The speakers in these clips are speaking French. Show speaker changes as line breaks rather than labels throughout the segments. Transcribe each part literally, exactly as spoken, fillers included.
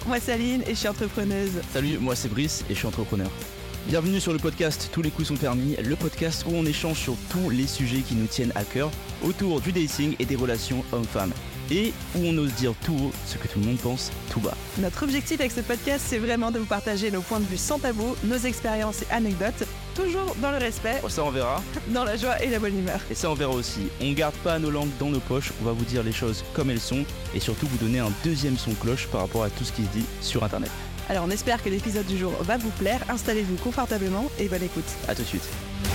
Moi c'est Aline et je suis entrepreneuse.
Salut, moi c'est Brice et je suis entrepreneur. Bienvenue sur le podcast Tous les coups sont permis, le podcast où on échange sur tous les sujets qui nous tiennent à cœur autour du dating et des relations hommes-femmes. Et où on ose dire tout haut ce que tout le monde pense tout bas.
Notre objectif avec ce podcast, c'est vraiment de vous partager nos points de vue sans tabou, nos expériences et anecdotes, toujours dans le respect,
Oh, ça on verra.
dans la joie et la bonne humeur.
Et ça on verra aussi. On garde pas nos langues dans nos poches, on va vous dire les choses comme elles sont et surtout vous donner un deuxième son cloche par rapport à tout ce qui se dit sur internet.
Alors on espère que l'épisode du jour va vous plaire, installez-vous confortablement et bonne écoute.
A tout de suite.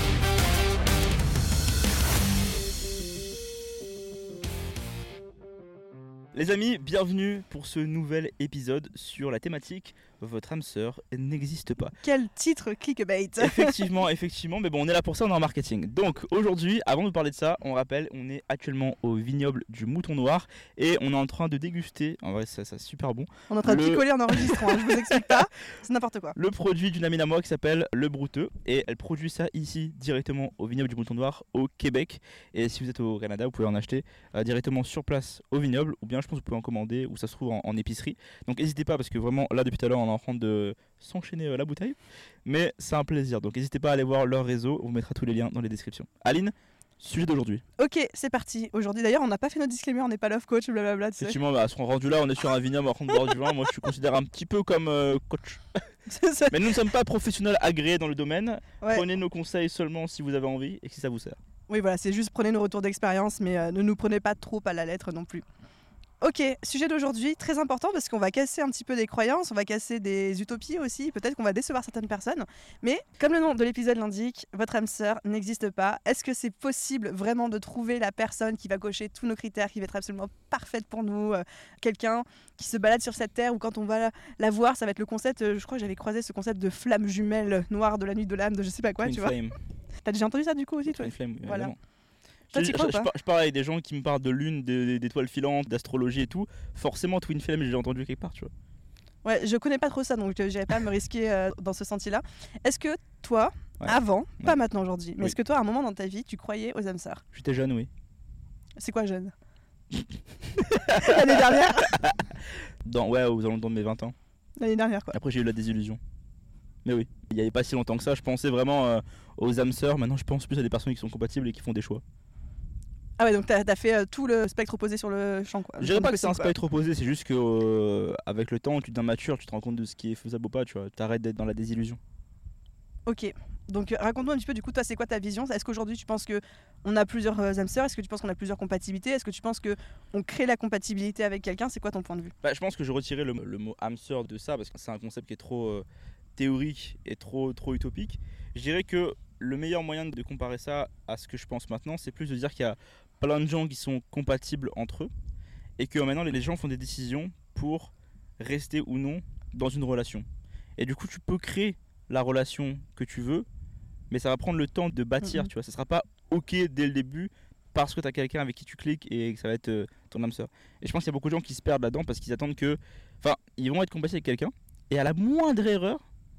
Les amis, bienvenue pour ce nouvel épisode sur la thématique « Votre âme sœur n'existe pas ».
Quel titre clickbait.
Effectivement, effectivement, mais bon, on est là pour ça, on est en marketing. Donc aujourd'hui, avant de vous parler de ça, on rappelle, on est actuellement au vignoble du Mouton Noir et on est en train de déguster, en vrai ça, ça super bon,
On est en train de
Le-
picoler en enregistrant, hein, je vous explique pas, c'est n'importe quoi.
le produit d'une amie à moi qui s'appelle Le Brouteux et elle produit ça ici directement au vignoble du Mouton Noir au Québec. Et si vous êtes au Canada, vous pouvez en acheter euh, directement sur place au vignoble ou bien je pense que vous pouvez en commander ou ça se trouve en, en épicerie. Donc n'hésitez pas parce que vraiment là depuis tout à l'heure on est en train de s'enchaîner euh, la bouteille. Mais c'est un plaisir, donc n'hésitez pas à aller voir leur réseau, on vous mettra tous les liens dans les descriptions. Aline, sujet d'aujourd'hui.
Ok, c'est parti. Aujourd'hui d'ailleurs, on n'a pas fait notre disclaimer, on n'est pas love coach, blablabla, tu sais.
Effectivement, bah, à ce rendu là, on est sur un vignoble en train de boire du vin. Moi je suis considéré un petit peu comme euh, coach.
C'est ça.
Mais nous ne sommes pas professionnels agréés dans le domaine.
Ouais.
Prenez nos conseils seulement si vous avez envie et si ça vous sert.
Oui, voilà, c'est juste prenez nos retours d'expérience, mais euh, ne nous prenez pas trop à la lettre non plus. Ok, sujet d'aujourd'hui, très important parce qu'on va casser un petit peu des croyances, on va casser des utopies aussi, peut-être qu'on va décevoir certaines personnes. Mais comme le nom de l'épisode l'indique, votre âme sœur n'existe pas. Est-ce que c'est possible vraiment de trouver la personne qui va cocher tous nos critères, qui va être absolument parfaite pour nous, euh, quelqu'un qui se balade sur cette terre ou quand on va la, la voir, ça va être le concept, euh, je crois que j'avais croisé ce concept de flamme jumelle noire de la nuit de l'âme, de je sais pas quoi,
Twin
tu vois.
flame.
T'as déjà entendu ça du coup aussi, toi?
Twin flame,
Voilà.
évidemment.
Toi,
Je,
t'y
je-
crois ou
je
pas
par- je parle avec des gens qui me parlent de lune, de- d'étoiles filantes, d'astrologie et tout. Forcément, Twin Flame, j'ai entendu quelque part, tu vois.
Ouais, je connais pas trop ça, donc euh, j'irai pas me risquer euh, dans ce sentier-là. Est-ce que toi,
Ouais.
avant,
Ouais.
pas maintenant aujourd'hui, mais
Oui.
est-ce que toi, à un moment dans ta vie, tu croyais aux âmes sœurs?
J'étais jeune, oui.
C'est quoi jeune? L'année dernière?
Dans, ouais, aux alentours de mes vingt ans.
L'année dernière, quoi.
Après, j'ai eu la désillusion. Mais oui, il n'y avait pas si longtemps que ça. Je pensais vraiment euh, aux âmes sœurs. Maintenant, je pense plus à des personnes qui sont compatibles et qui font des choix.
Ah ouais, donc t'as as fait euh, tout le spectre opposé sur le champ, quoi.
Je dirais pas que c'est un
possible, quoi.
spectre opposé, c'est juste que euh, avec le temps, tu deviens mature, tu te rends compte de ce qui est faisable ou pas, tu vois. T'arrêtes d'être dans la désillusion.
Ok, donc euh, raconte-nous un petit peu, du coup, toi, c'est quoi ta vision? Est-ce qu'aujourd'hui, tu penses qu'on a plusieurs euh, âmes sœurs? Est-ce que tu penses qu'on a plusieurs compatibilités? Est-ce que tu penses qu'on crée la compatibilité avec quelqu'un? C'est quoi ton point de vue?
Bah, je pense que je retirais le, le mot âme sœur de ça parce que c'est un concept qui est trop euh, théorique et trop, trop utopique. Je dirais que le meilleur moyen de comparer ça à ce que je pense maintenant, c'est plus de dire qu'il y a plein de gens qui sont compatibles entre eux et que maintenant les gens font des décisions pour rester ou non dans une relation. Et du coup, tu peux créer la relation que tu veux, mais ça va prendre le temps de bâtir,
Mhm.
tu vois. Ça sera pas ok dès le début parce que tu as quelqu'un avec qui tu cliques et que ça va être euh, ton âme sœur. Et je pense qu'il y a beaucoup de gens qui se perdent là-dedans parce qu'ils attendent que. Enfin, ils vont être compatibles avec quelqu'un et à la moindre erreur,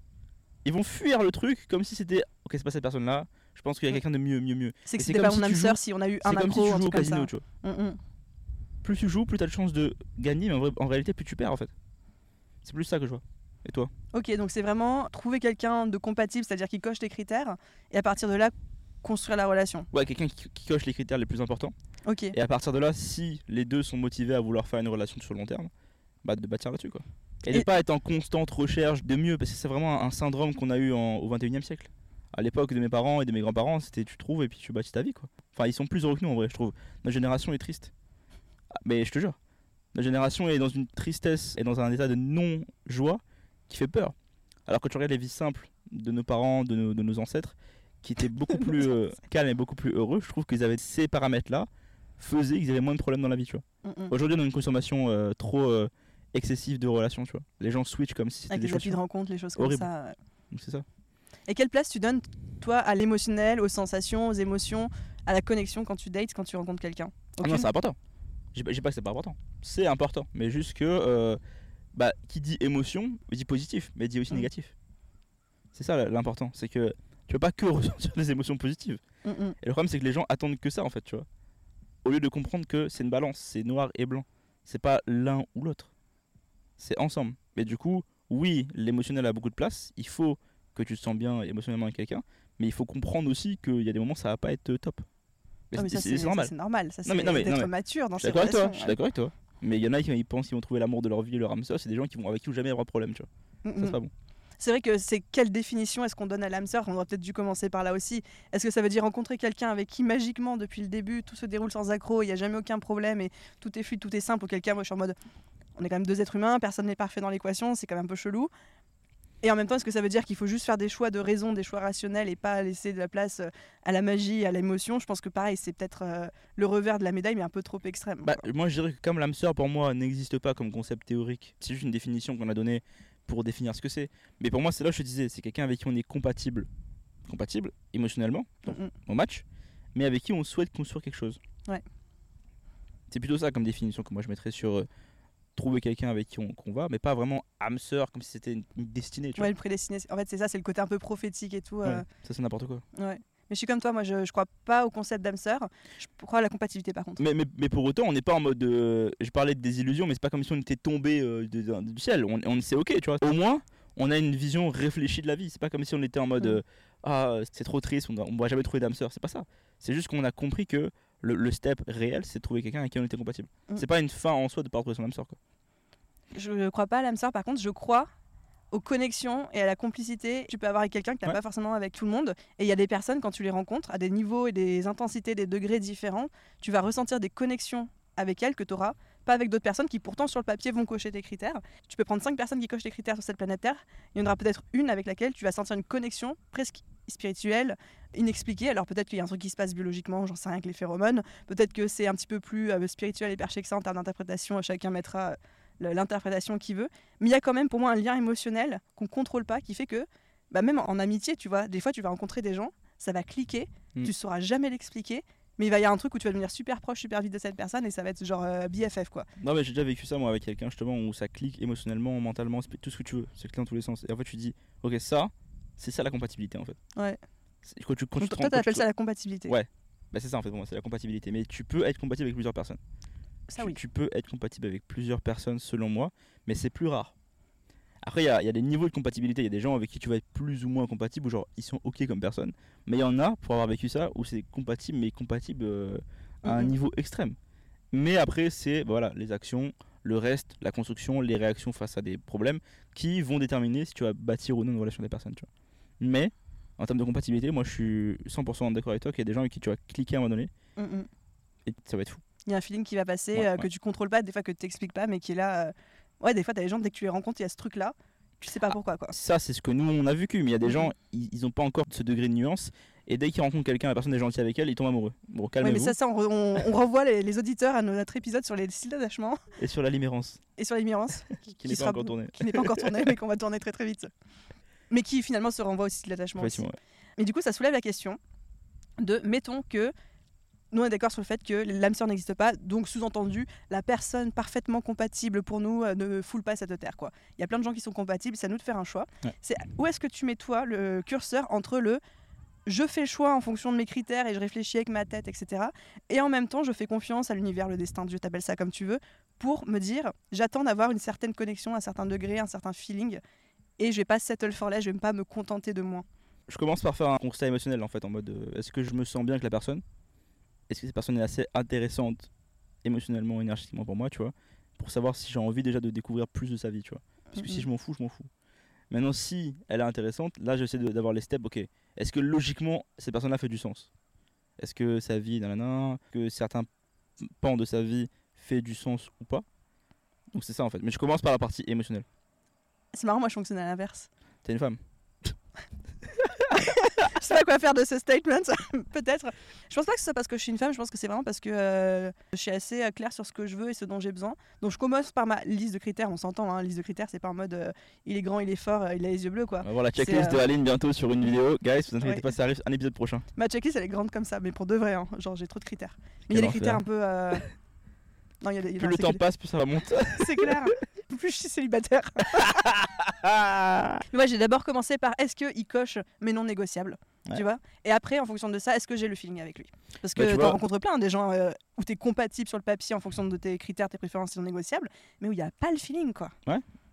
ils vont fuir le truc comme si c'était. Ok, c'est pas cette personne-là, je pense qu'il y a
Ouais.
quelqu'un de mieux, mieux, mieux.
C'est que
Et c'est
c'était
comme
pas
si
mon âme
tu
sœur
joues-
si on a eu
C'est
un
comme si
accro,
tu
un
joues au
truc comme
casino,
ça.
tu vois.
Mm, mm.
Plus tu joues, plus tu as de chances de gagner, mais en, vrai- en réalité, plus tu perds en fait. C'est plus ça que je vois. Et toi?
Ok, donc c'est vraiment trouver quelqu'un de compatible, c'est-à-dire qui coche tes critères, et à partir de là, construire la relation.
Ouais, quelqu'un qui, qui coche les critères les plus importants.
Ok,
Et à partir de là, si les deux sont motivés à vouloir faire une relation sur le long terme, bah de bâtir là-dessus quoi. Et, de
Et-
pas être en constante recherche de mieux, parce que c'est vraiment un, un syndrome qu'on a eu en- au vingt et unième siècle. À l'époque de mes parents et de mes grands-parents, c'était tu trouves et puis tu bâtis ta vie quoi. Enfin, ils sont plus heureux que nous en vrai, je trouve. Notre génération est triste. Ah, Mais je te jure, notre génération est dans une tristesse et dans un état de non-joie qui fait peur. Alors que tu regardes les vies simples de nos parents, de nos, de nos ancêtres, qui étaient beaucoup plus euh, calmes et beaucoup plus heureux, je trouve qu'ils avaient ces paramètres-là, faisaient qu'ils avaient moins de problèmes dans la vie, tu vois.
Mm, mm.
Aujourd'hui, on a une consommation euh, trop euh, excessive de relations, tu vois. Les gens switchent comme si c'était
avec
des
les applis de
chaussures.
rencontre, les choses comme
Horrible.
ça. ouais.
Donc c'est ça.
Et quelle place tu donnes, toi, à l'émotionnel, aux sensations, aux émotions, à la connexion quand tu dates, quand tu rencontres quelqu'un?
Ah non,
Aucune
c'est important. J'ai pas, j'ai pas que c'est pas important. C'est important, mais juste que euh, bah, qui dit émotion dit positif, mais dit aussi
Mm.
négatif. C'est ça l'important, c'est que tu peux pas que ressentir des émotions positives.
Mm, mm.
Et le problème, c'est que les gens attendent que ça, en fait, tu vois. Au lieu de comprendre que c'est une balance, c'est noir et blanc. C'est pas l'un ou l'autre. C'est ensemble. Mais du coup, oui, l'émotionnel a beaucoup de place. Il faut que tu te sens bien émotionnellement avec quelqu'un. Mais il faut comprendre aussi qu'il y a des moments où ça va pas être top. Mais
Non, mais
c'est
ça,
c'est-
c'est
c'est
ça,
normal.
c'est normal. Ça,
Non, mais-
c'est
non, mais- non,
d'être
mais-
mature dans
Je suis
ces
d'accord avec toi.
relations.
Je suis
ouais.
d'accord avec toi. Mais il y en a qui ils pensent qu'ils vont trouver l'amour de leur vie, leur âme sœur. C'est des gens qui vont, avec qui ils vont jamais avoir de problème. Tu vois.
Mm,
Ça,
mm.
c'est pas bon.
C'est vrai que c'est quelle définition est-ce qu'on donne à l'âme sœur? On aurait peut-être dû commencer par là aussi. Est-ce que ça veut dire rencontrer quelqu'un avec qui magiquement depuis le début tout se déroule sans accroc, il n'y a jamais aucun problème et tout est fluide, tout est simple? Auquel cas moi je suis en mode on est quand même deux êtres humains, personne n'est parfait dans l'équation, c'est quand même un peu chelou. Et en même temps, est-ce que ça veut dire qu'il faut juste faire des choix de raison, des choix rationnels et pas laisser de la place euh, à la magie, à l'émotion? Je pense que pareil, c'est peut-être euh, le revers de la médaille mais un peu trop extrême.
Bah,
quoi.
moi, je dirais que comme l'âme sœur, pour moi, n'existe pas comme concept théorique. C'est juste une définition qu'on a donnée pour définir ce que c'est. Mais pour moi, c'est là où je te disais, c'est quelqu'un avec qui on est compatible, compatible émotionnellement, donc,
Mm, mm.
au match, mais avec qui on souhaite construire quelque chose.
Ouais.
C'est plutôt ça comme définition que moi je mettrais sur euh, trouver quelqu'un avec qui on, qu'on va, mais pas vraiment âme sœur comme si c'était une, une destinée. Tu
Ouais, le prédestiné. En fait, c'est ça, c'est le côté un peu prophétique et tout.
vois.
euh,
Ouais, ça, c'est n'importe quoi.
ouais. Mais je suis comme toi, moi je, je crois pas au concept d'âme sœur. Je crois à la compatibilité par contre.
Mais, mais, mais pour autant, on n'est pas en mode. euh, je parlais de désillusion, mais c'est pas comme si on était tombé euh, de- de- du ciel. On, on c'est ok, tu vois. Au moins, on a une vision réfléchie de la vie. C'est pas comme si on était en mode
Mm.
euh, ah, c'est trop triste, on ne on va jamais trouver d'âme sœur. C'est pas ça. C'est juste qu'on a compris que le, le step réel, c'est de trouver quelqu'un avec qui on était compatible.
Mm.
C'est pas une fin en soi de pas retrouver son âme sœur, quoi.
Je ne crois pas à l'âme sœur, par contre, je crois aux connexions et à la complicité que tu peux avoir avec quelqu'un que tu n'as
Ouais.
pas forcément avec tout le monde. Et il y a des personnes, quand tu les rencontres, à des niveaux et des intensités, des degrés différents, tu vas ressentir des connexions avec elles que tu auras pas avec d'autres personnes qui pourtant sur le papier vont cocher tes critères. Tu peux prendre cinq personnes qui cochent tes critères sur cette planète Terre, il y en aura peut-être une avec laquelle tu vas sentir une connexion presque spirituelle, inexpliquée. Alors peut-être qu'il y a un truc qui se passe biologiquement, j'en sais rien avec les phéromones, peut-être que c'est un petit peu plus euh, spirituel et perché que ça en termes d'interprétation, chacun mettra euh, le- l'interprétation qu'il veut, mais il y a quand même pour moi un lien émotionnel qu'on contrôle pas, qui fait que bah, même en amitié, tu vois, des fois tu vas rencontrer des gens, ça va cliquer,
Mm.
tu sauras jamais l'expliquer, mais il va y avoir un truc où tu vas devenir super proche, super vite de cette personne et ça va être genre euh, B F F quoi.
Non, mais j'ai déjà vécu ça moi avec quelqu'un justement où ça clique émotionnellement, mentalement, spi- tout ce que tu veux. C'est clique dans tous les sens. Et en fait, tu dis, ok, ça, c'est ça la compatibilité en fait.
Ouais.
C'est- Quand tu, quand
Donc
tu te
toi
rends- quand
t'appelles
tu-
ça la compatibilité.
Ouais. Bah, c'est ça en fait pour moi, c'est la compatibilité. Mais tu peux être compatible avec plusieurs personnes.
Ça
tu,
oui.
tu peux être compatible avec plusieurs personnes selon moi, mais c'est plus rare. Après, il y, a- il y a des niveaux de compatibilité. Il y a des gens avec qui tu vas être plus ou moins compatible, ou genre ils sont ok comme personne. Mais il y en a, pour avoir vécu ça, où c'est compatible, mais compatible euh, à un
Mhm.
niveau extrême. Mais après, c'est voilà, les actions, le reste, la construction, les réactions face à des problèmes qui vont déterminer si tu vas bâtir ou non une relation avec des personnes. Tu vois. Mais en termes de compatibilité, moi je suis cent pour cent d'accord avec toi qu'il y a des gens avec qui tu vas cliquer à un moment donné
Mm, mm.
et ça va être fou.
Il y a un feeling qui va passer,
Ouais,
euh,
ouais.
que tu contrôles pas, des fois que tu t'expliques pas, mais qui est là. euh, Ouais, des fois t'as des gens, dès que tu les rencontres, il y a ce truc là, tu sais pas
Ah,
pourquoi quoi.
Ça, c'est ce que nous on a vécu, mais il y a des
Mhm.
gens, ils, ils ont pas encore ce degré de nuance. Et dès qu'ils rencontrent quelqu'un, la personne est gentille avec elle, ils tombent amoureux. Bon,
Ouais,
calmez-vous.
mais ça, ça on, re- on- on renvoie les, les auditeurs à notre épisode sur les styles d'attachement
Et sur la limérance,
et sur les mirances,
qui n'est pas
sera-
encore tournée.
qui n'est pas encore tourné, mais qu'on va tourner très très vite. Mais qui finalement se renvoie au style d'attachement aussi.
Effectivement, ouais.
Mais du coup, ça soulève la question de, mettons que nous on est d'accord sur le fait que l'âme sœur n'existe pas, donc sous-entendu, la personne parfaitement compatible pour nous euh, ne foule pas cette terre quoi. Il y a plein de gens qui sont compatibles, c'est à nous de faire un choix.
Ouais.
C'est où est-ce que tu mets toi le curseur entre le je fais le choix en fonction de mes critères et je réfléchis avec ma tête, et cetera. Et en même temps, je fais confiance à l'univers, le destin, Dieu, t'appelles ça comme tu veux, pour me dire, j'attends d'avoir une certaine connexion, un certain degré, un certain feeling, et je vais pas settle for less, je vais pas me contenter de moins.
Je commence par faire un constat émotionnel en fait, en mode euh, est-ce que je me sens bien avec la personne? Est-ce que cette personne est assez intéressante émotionnellement, énergétiquement pour moi, tu vois, pour savoir si j'ai envie déjà de découvrir plus de sa vie, tu vois. Parce que
Mhm.
si je m'en fous, je m'en fous. Maintenant, si elle est intéressante, là j'essaie de- d'avoir les steps, ok. Est-ce que logiquement, cette personne-là fait du sens? Est-ce que sa vie, nanana, que certains pans de sa vie fait du sens ou pas? Donc c'est ça en fait. Mais je commence par la partie émotionnelle.
C'est marrant, moi je fonctionne à l'inverse.
T'es une femme?
Je sais pas quoi faire de ce statement, peut-être. Je pense pas que ce soit parce que je suis une femme, je pense que c'est vraiment parce que euh, je suis assez euh, claire sur ce que je veux et ce dont j'ai besoin. Donc je commence par ma liste de critères, on s'entend, hein, liste de critères, c'est pas en mode euh, il est grand, il est fort, euh, il a les yeux bleus quoi.
On va voir la checklist
C'est, euh,
de Aline bientôt sur une vidéo. Guys, vous inquiétez
Ouais.
pas, ça arrive un épisode prochain.
Ma checklist elle est grande comme ça, mais pour de vrai, hein, genre j'ai trop de critères. Mais il y a
Quel
des critères
enfer.
un peu. euh, Non, il y a des.
Plus
non,
le
c'est
temps
clair.
passe, plus ça va monter.
C'est clair. Plus je suis célibataire. Mais ouais, j'ai d'abord commencé par est-ce qu'il coche mes non négociables,
Ouais.
tu vois. Et après, en fonction de ça, est-ce que j'ai le feeling avec lui? Parce que
Bah, tu
tu
vois-
rencontres plein des gens euh, où tu es compatible sur le papier en fonction de tes critères, tes préférences non négociables, mais où il n'y a pas le feeling, quoi.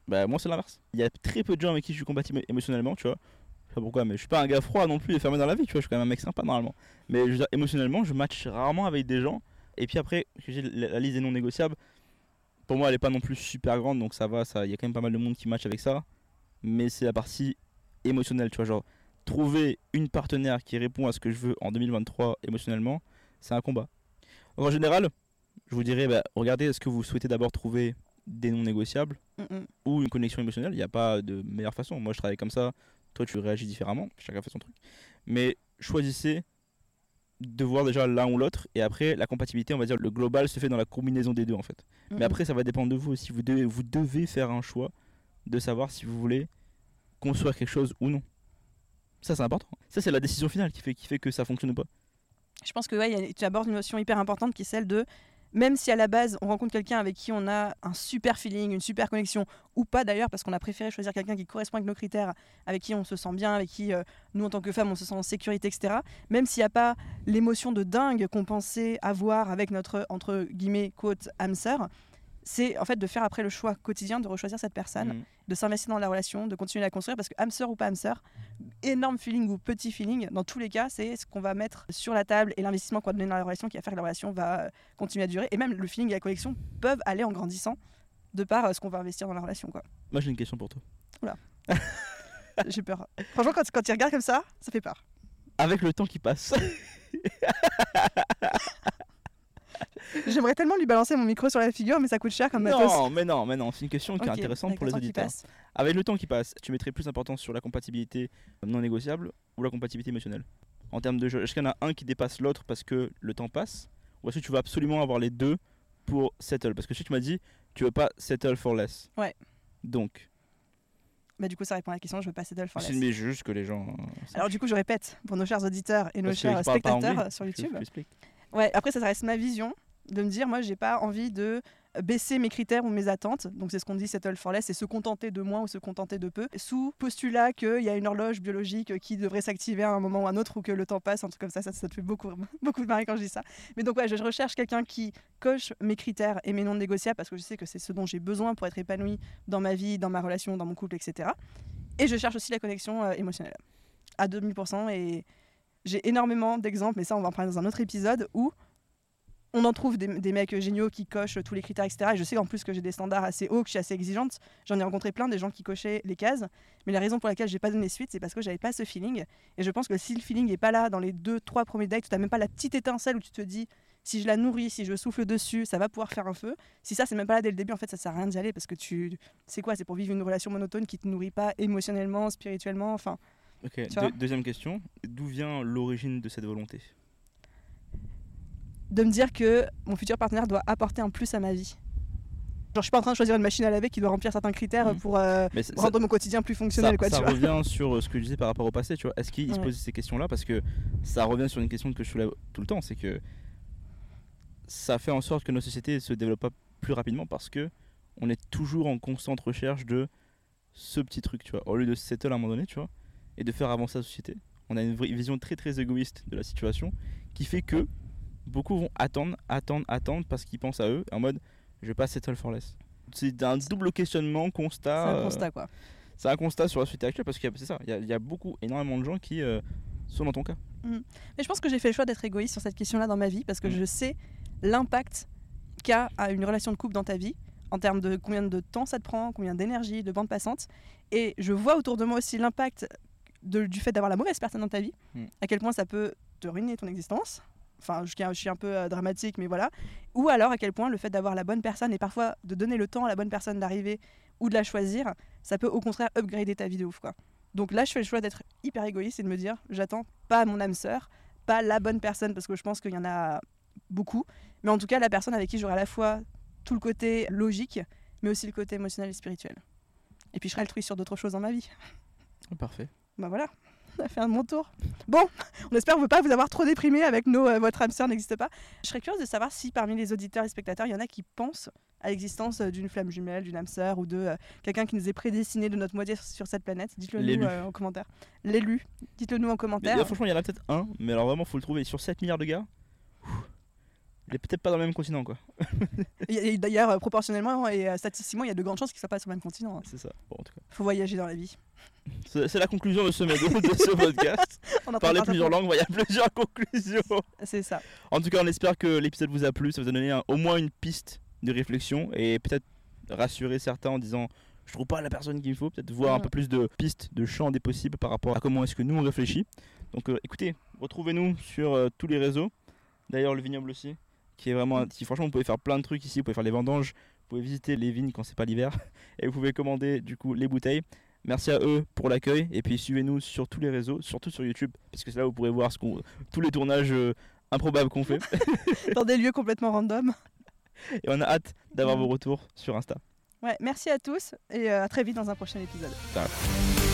Bah moi c'est l'inverse. Il y a très peu de gens avec qui je suis compatible émotionnellement, tu vois. Je sais pas pourquoi, mais je suis pas un gars froid non plus et fermé dans la vie, tu vois. Je suis quand même un mec sympa normalement. Mais je veux dire, émotionnellement, je match rarement avec des gens. Et puis après, j'ai la la liste des non négociables. Pour moi, elle est pas non plus super grande, donc ça va. Ça, il y a quand même pas mal de monde qui match avec ça. Mais c'est la partie émotionnelle, tu vois. Genre, trouver une partenaire qui répond à ce que je veux en deux mille vingt-trois émotionnellement, c'est un combat. Donc, en général, je vous dirais, bah, regardez, est-ce que vous souhaitez d'abord trouver des non négociables
Mm-mm.
ou une connexion émotionnelle. Il n'y a pas de meilleure façon. Moi, je travaille comme ça. Toi, tu réagis différemment. Chacun fait son truc. Mais choisissez de voir déjà l'un ou l'autre. Et après, la compatibilité, on va dire, le global se fait dans la combinaison des deux, en fait.
Mm-mm.
Mais après, ça va dépendre de vous aussi. Vous devez, vous devez faire un choix de savoir si vous voulez construire quelque chose ou non. Ça, c'est important. Ça, c'est la décision finale qui fait, qui fait que ça fonctionne ou pas.
Je pense que ouais, y a- tu abordes une notion hyper importante qui est celle de, même si à la base on rencontre quelqu'un avec qui on a un super feeling, une super connexion, ou pas d'ailleurs, parce qu'on a préféré choisir quelqu'un qui correspond avec nos critères, avec qui on se sent bien, avec qui euh, nous en tant que femmes on se sent en sécurité, et cetera. Même s'il n'y a pas l'émotion de dingue qu'on pensait avoir avec notre, entre guillemets, quote, âme sœur, c'est en fait de faire après le choix quotidien de rechoisir cette personne,
Mhm.
de s'investir dans la relation, de continuer à la construire, parce que âme sœur ou pas âme sœur, énorme feeling ou petit feeling, dans tous les cas, c'est ce qu'on va mettre sur la table et l'investissement qu'on va donner dans la relation qui va faire que la relation va euh, continuer à durer. Et même le feeling et la connexion peuvent aller en grandissant de par euh, ce qu'on va investir dans la relation, quoi.
Moi, j'ai une question pour toi.
J'ai peur. Franchement, quand, quand il regarde comme ça, ça fait peur.
Avec le temps qui passe,
J'aimerais tellement lui balancer mon micro sur la figure, mais ça coûte cher comme matos.
non, mais non, mais non, c'est une question qui est
Ok,
intéressante
avec
pour
le
les
temps qui
auditeurs.
passe.
Avec le temps qui passe, tu mettrais plus d'importance sur la compatibilité non négociable ou la compatibilité émotionnelle en termes de jeu? Est-ce qu'il y en a un qui dépasse l'autre parce que le temps passe, ou est-ce que tu veux absolument avoir les deux pour settle? Parce que si tu m'as dit tu veux pas settle for less.
Ouais.
Donc,
Bah, du coup, ça répond à la question, je veux pas settle for
c'est
less.
mais juste que les gens. euh,
Alors du coup, je répète pour nos chers auditeurs et nos
parce que
chers
je parle pas
spectateurs
anglais,
sur
je-
YouTube.
je t'explique.
Ouais, après ça, ça reste ma vision de me dire, moi, j'ai pas envie de baisser mes critères ou mes attentes. Donc c'est ce qu'on dit settle for less, c'est se contenter de moins ou se contenter de peu, sous postulat qu'il y a une horloge biologique qui devrait s'activer à un moment ou à un autre, ou que le temps passe, un truc comme ça. Ça, ça te fait beaucoup, beaucoup de marrer quand je dis ça. Mais donc ouais, je je recherche quelqu'un qui coche mes critères et mes non négociables, parce que je sais que c'est ce dont j'ai besoin pour être épanouie dans ma vie, dans ma relation, dans mon couple, et cetera. Et je cherche aussi la connexion euh, émotionnelle à deux mille pour cent. Et j'ai énormément d'exemples, mais ça on va en parler dans un autre épisode, où on en trouve des, des mecs géniaux qui cochent tous les critères, et cetera. Et je sais en plus que j'ai des standards assez hauts, que je suis assez exigeante. J'en ai rencontré plein, des gens qui cochaient les cases. Mais la raison pour laquelle j'ai pas donné suite, c'est parce que j'avais pas ce feeling. Et je pense que si le feeling est pas là dans les deux, trois premiers dates, où t'as même pas la petite étincelle où tu te dis, si je la nourris, si je souffle dessus, ça va pouvoir faire un feu. Si ça, c'est même pas là dès le début, en fait, ça sert à rien d'y aller, parce que tu, c'est quoi? C'est pour vivre une relation monotone qui te nourrit pas émotionnellement, spirituellement, enfin.
Ok,
Tu vois
deux- deuxième question. D'où vient l'origine de cette volonté?
De me dire que mon futur partenaire doit apporter un plus à ma vie. Genre, je suis pas en train de choisir une machine à laver qui doit remplir certains critères
Mhm.
pour euh,
Mais ça-
rendre mon quotidien plus fonctionnel,
ça,
quoi,
ça
tu vois.
revient sur euh, ce que je disais par rapport au passé, tu vois. Est-ce qu'il se
Ouais.
pose ces questions-là? Parce que ça revient sur une question que je soulève tout le temps, c'est que ça fait en sorte que nos sociétés se développent pas plus rapidement parce que on est toujours en constante recherche de ce petit truc, tu vois. Au lieu de se settle à un moment donné, tu vois, et de faire avancer la société, on a une vraie vision très très égoïste de la situation qui fait que beaucoup vont attendre, attendre, attendre parce qu'ils pensent à eux en mode je vais pas settle for less. C'est un double questionnement, constat.
C'est un
euh,
constat, quoi.
C'est un constat sur la société actuelle parce que c'est ça, il y, a- il y a beaucoup, énormément de gens qui euh, sont dans ton cas.
Mais je pense que j'ai fait le choix d'être égoïste sur cette question-là dans ma vie, parce que
Mhm.
je sais l'impact qu'a à une relation de couple dans ta vie, en termes de combien de temps ça te prend, combien d'énergie, de bande passante. Et je vois autour de moi aussi l'impact de- du fait d'avoir la mauvaise personne dans ta vie,
Mhm.
à quel point ça peut te ruiner ton existence. Enfin, je, je suis un peu euh, dramatique, mais voilà. Ou alors à quel point le fait d'avoir la bonne personne et parfois de donner le temps à la bonne personne d'arriver ou de la choisir, ça peut au contraire upgrader ta vie de ouf, quoi. Donc là, je fais le choix d'être hyper égoïste et de me dire, j'attends pas mon âme sœur, pas la bonne personne, parce que je pense qu'il y en a beaucoup, mais en tout cas la personne avec qui j'aurai à la fois tout le côté logique, mais aussi le côté émotionnel et spirituel. Et puis je serai altruiste sur d'autres choses dans ma vie.
Parfait.
Bah voilà, on a fait un de mon tour. Bon, on espère ne pas vous avoir trop déprimé avec nos euh, votre âme sœur n'existe pas. Je serais curieuse de savoir si parmi les auditeurs et spectateurs, il y en a qui pensent à l'existence euh, d'une flamme jumelle, d'une âme sœur ou de euh, quelqu'un qui nous est prédestiné de notre moitié sur cette planète. Dites-le nous
L'élu.
euh, en commentaire. L'élu, dites-le nous en
Mais,
commentaire.
là, franchement, il y en a peut-être un, mais alors vraiment, faut le trouver sur sept milliards de gars. Il est peut-être pas dans le même continent quoi.
Et, et d'ailleurs, euh, proportionnellement et euh, statistiquement, il y a de grandes chances qu'il soit pas sur le même continent. Hein.
C'est ça. Bon, en tout cas.
Faut voyager dans la vie.
C'est, c'est la conclusion de ce, de ce podcast.
On
Parler plusieurs langues, il y a plusieurs conclusions.
C'est ça.
En tout cas, on espère que l'épisode vous a plu. Ça vous a donné un- au moins une piste de réflexion et peut-être rassurer certains en disant je trouve pas la personne qu'il me faut. Peut-être voir un peu plus de pistes, de champs des possibles par rapport à comment est-ce que nous on réfléchit. Donc euh, écoutez, retrouvez-nous sur euh, tous les réseaux. D'ailleurs, le vignoble aussi, qui est vraiment un petit. Franchement, vous pouvez faire plein de trucs ici. Vous pouvez faire les vendanges, vous pouvez visiter les vignes quand c'est pas l'hiver et vous pouvez commander du coup les bouteilles. Merci à eux pour l'accueil et puis suivez-nous sur tous les réseaux, surtout sur YouTube, parce que c'est là où vous pourrez voir ce qu'on, tous les tournages euh, improbables qu'on fait.
Dans des lieux complètement random.
Et on a hâte d'avoir
Ouais.
vos retours sur Insta.
Ouais, merci à tous et euh, à très vite dans un prochain épisode.
Ciao.